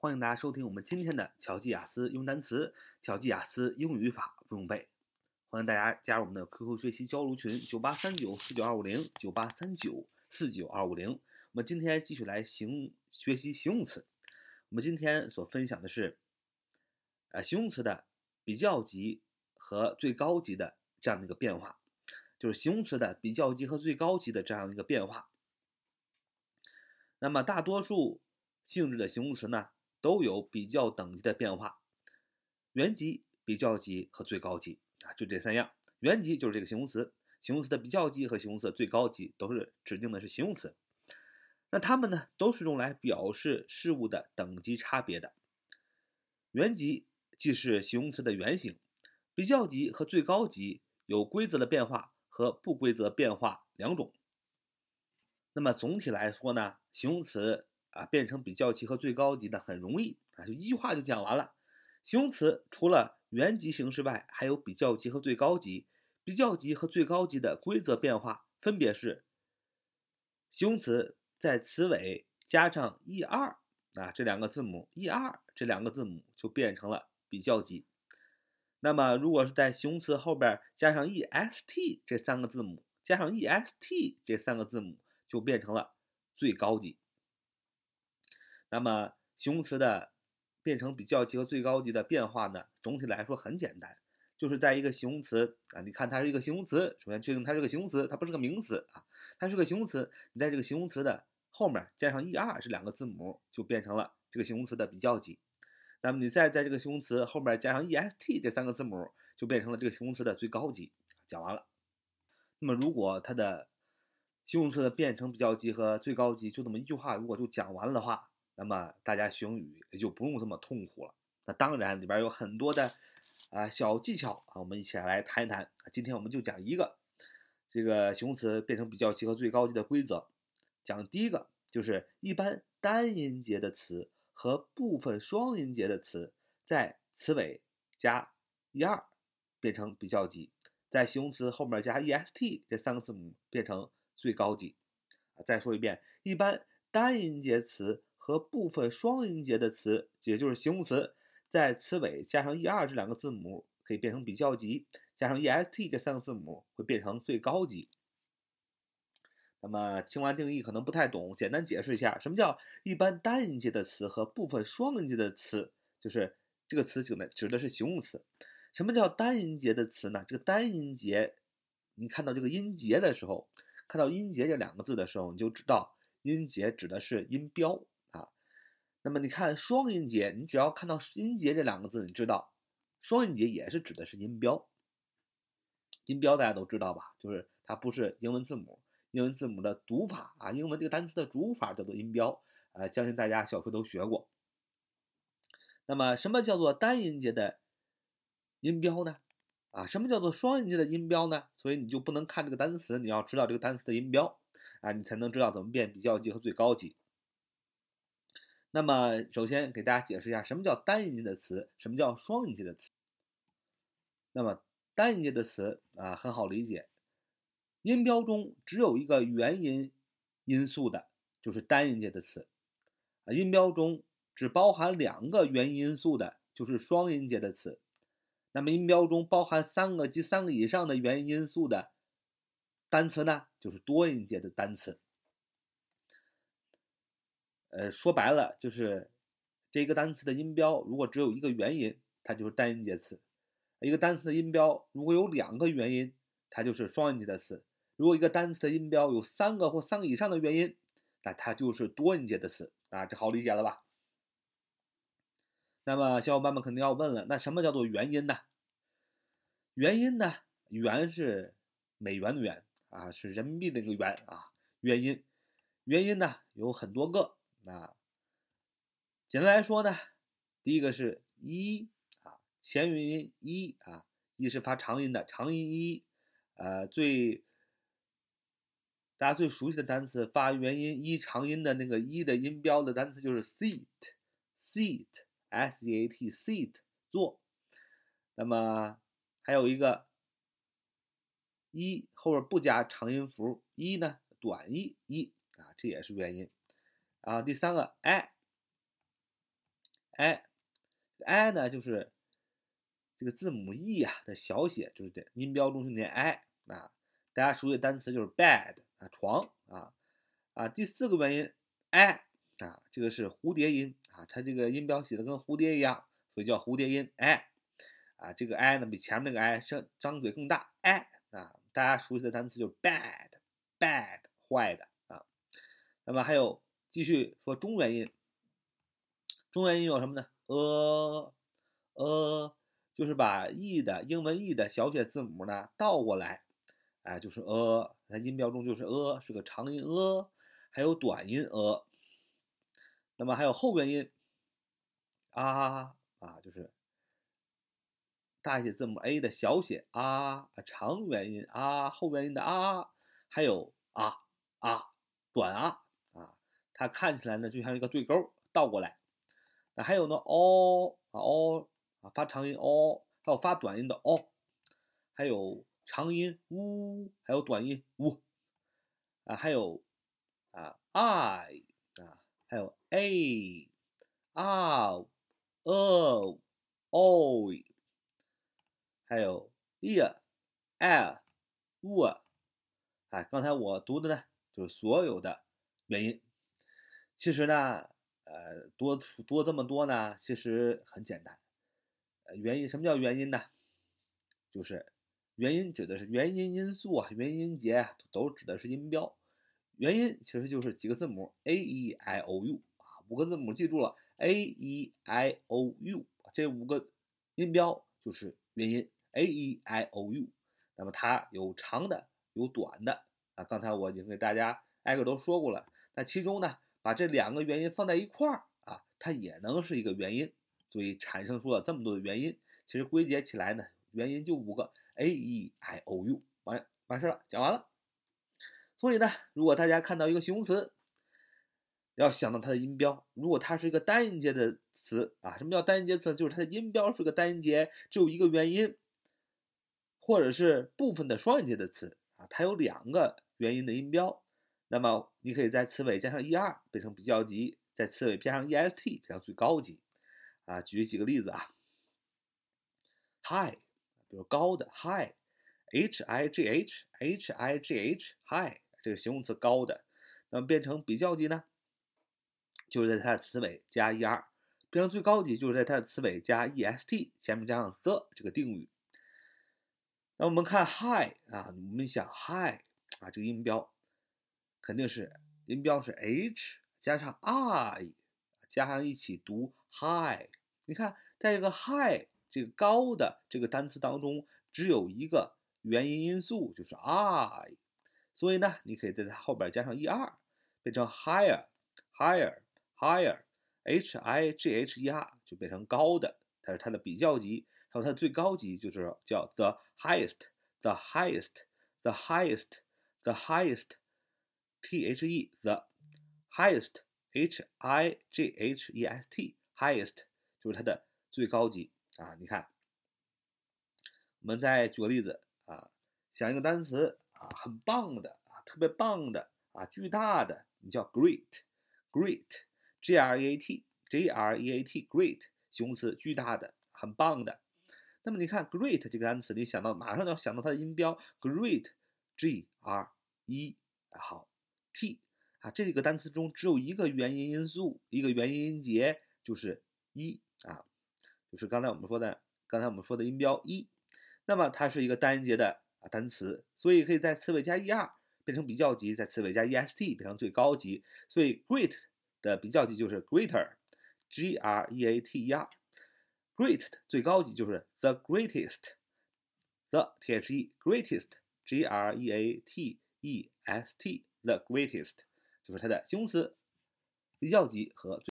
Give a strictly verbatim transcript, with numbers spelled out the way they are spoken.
欢迎大家收听我们今天的巧记雅思英文单词、巧记雅思英语语法不用背。欢迎大家加入我们的 Q Q 学习交流群九八三九四九二五零九八三九四九二五零。我们今天继续来形学习形容词。我们今天所分享的是，呃，形容词的比较级和最高级的这样的一个变化，就是形容词的比较级和最高级的这样一个变化。那么大多数性质的形容词呢，都有比较等级的变化，原级、比较级和最高级啊，就这三样。原级就是这个形容词，形容词的比较级和形容词的最高级都是指定的是形容词。那它们呢，都是用来表示事物的等级差别的。原级即是形容词的原形，比较级和最高级有规则的变化和不规则变化两种。那么总体来说呢，形容词啊变成比较级和最高级的很容易啊，就一句话就讲完了。形容词除了原级形式外，还有比较级和最高级。比较级和最高级的规则变化分别是：形容词在词尾加上 er 啊这两个字母 er 这两个字母就变成了比较级。那么如果是在形容词后边加上 est 这三个字母，加上 est 这三个字母就变成了最高级。那么形容词的变成比较级和最高级的变化呢，总体来说很简单，就是在一个形容词啊，你看它是一个形容词，首先确定它是个形容词，它不是个名词啊，它是个形容词，你在这个形容词的后面加上 er 这两个字母，就变成了这个形容词的比较级。那么你再在这个形容词后面加上 est 这三个字母，就变成了这个形容词的最高级。讲完了。那么如果它的形容词的变成比较级和最高级就这么一句话，如果就讲完了的话，那么大家学英语也就不用这么痛苦了。那当然里边有很多的啊、呃、小技巧啊，我们一起来谈一谈。今天我们就讲一个这个形容词变成比较级和最高级的规则。讲第一个就是一般单音节的词和部分双音节的词在词尾加 er 变成比较级，在形容词后面加 est 这三个字母变成最高级。再说一遍，一般单音节词和部分双音节的词，也就是形容词，在词尾加上 er 这两个字母可以变成比较级，加上 est 这三个字母会变成最高级。那么听完定义可能不太懂，简单解释一下，什么叫一般单音节的词和部分双音节的词？就是这个词指的指的是形容词。什么叫单音节的词呢？这个单音节，你看到这个音节的时候，看到音节这两个字的时候，你就知道音节指的是音标啊。那么你看双音节，你只要看到音节这两个字，你知道双音节也是指的是音标。音标大家都知道吧？就是它不是英文字母，英文字母的读法啊，英文这个单词的读法叫做音标，呃，相信大家小学都学过。那么什么叫做单音节的音标呢？啊，什么叫做双音节的音标呢？所以你就不能看这个单词，你要知道这个单词的音标啊，你才能知道怎么变比较级和最高级。那么首先给大家解释一下什么叫单音节的词，什么叫双音节的词。那么单音节的词啊很好理解，音标中只有一个元音因素的就是单音节的词，啊，音标中只包含两个元音因素的就是双音节的词。那么音标中包含三个及三个以上的元音因素的单词呢，就是多音节的单词。呃，说白了就是这个单词的音标如果只有一个元音，它就是单音节词；一个单词的音标如果有两个元音，它就是双音节的词；如果一个单词的音标有三个或三个以上的元音，那它就是多音节的词啊，这好理解了吧？那么小伙伴们肯定要问了，那什么叫做元音呢？元音呢，元是美元的元啊，是人民币的一个元啊，元音。元音呢有很多个，那简单来说呢，第一个是一啊，前元音一啊，一是发长音的，长音一，呃，最大家最熟悉的单词发元音一长音的那个一的音标的单词就是 seat，seat S E A T seat 坐。那么还有一个一后边不加长音符，一呢短一一啊，这也是元音啊。第三个 i i i 呢就是这个字母 e 啊的小写，就是这音标中是念 i 啊。大家熟悉的单词就是 bed 啊，床啊啊。第四个元音 i 啊，这个是蝴蝶音啊，它这个音标写的跟蝴蝶一样，所以叫蝴蝶音 i 啊。这个 i 呢比前面那个 i 张张嘴更大 i 啊。大家熟悉的单词就是 bad bad 坏的啊。那么还有继续说中元音，中元音有什么呢？呃呃，就是把 e 的英文 e 的小写字母呢倒过来，哎，就是呃，它音标中就是呃，是个长音呃，还有短音呃。那么还有后元音啊啊，就是大写字母 a 的小写啊，长元音啊，后元音的啊，还有啊啊短啊啊，它看起来呢就像一个对勾倒过来。那还有呢哦啊哦啊发长音哦，还有发短音的哦，还有长音呜，还有短音呜啊，还有啊 i 啊，还有 a 啊哦哦，还有 ear air u 哎，刚才我读的呢就是所有的元音。其实呢，呃，多多这么多呢，其实很简单。呃，原因什么叫原因呢？就是原因指的是原因因素啊，原因节啊，都指的是音标。原因其实就是几个字母 a e i o u 啊，五个字母记住了 a e i o u 这五个音标就是元音 a e i o u。那么它有长的，有短的啊。刚才我已经给大家挨个都说过了。那其中呢，把这两个元音放在一块儿啊，它也能是一个元音，所以产生出了这么多的元音。其实归结起来呢，元音就五个 a e i o u， 完完事了，讲完了。所以呢，如果大家看到一个形容词，要想到它的音标，如果它是一个单音节的词啊，什么叫单音节词？就是它的音标是个单音节，只有一个元音，或者是部分的双音节的词啊，它有两个元音的音标，那么你可以在词尾加上 er 变成比较级，在词尾加上 est 这样最高级啊。举几个例子啊 ，high， 比如高的 high，h i g h h i g h high 这个形容词高的，那么变成比较级呢，就是在它的词尾加 er， 变成最高级就是在它的词尾加 est， 前面加上 the 这个定语。那我们看 high 啊，我们想 high 啊，这个音标肯定是音标是 h 加上 i 加上一起读 high。你看，在这个 high 这个高的这个单词当中，只有一个元音因素就是 i， 所以呢，你可以在它后边加上 er， 变成 higher higher higher h i g h e r 就变成高的，它是它的比较级。还有它最高级就是叫 the highest the highest the highest the highest t h e the highest h i g h e s t highest 就是它的最高级啊。你看，我们再举个例子啊，想一个单词啊，很棒的啊，特别棒的啊，巨大的，你叫 great great g r e a t g r e a t great 形容词，巨大的，很棒的。那么你看 great 这个单词，你想到马上要想到它的音标 great g r e 好 t 啊，这个单词中只有一个元音因素，一个元音音节就是一啊，就是刚才我们说的刚才我们说的音标一。那么它是一个单音节的单词，所以可以在词尾加 er 变成比较级，在词尾加 est 变成最高级。所以 great 的比较级就是 greater g r e a t e r。great 最高级就是 the greatest the the greatest g r e a t e s t the greatest 就是它的形容词比较级和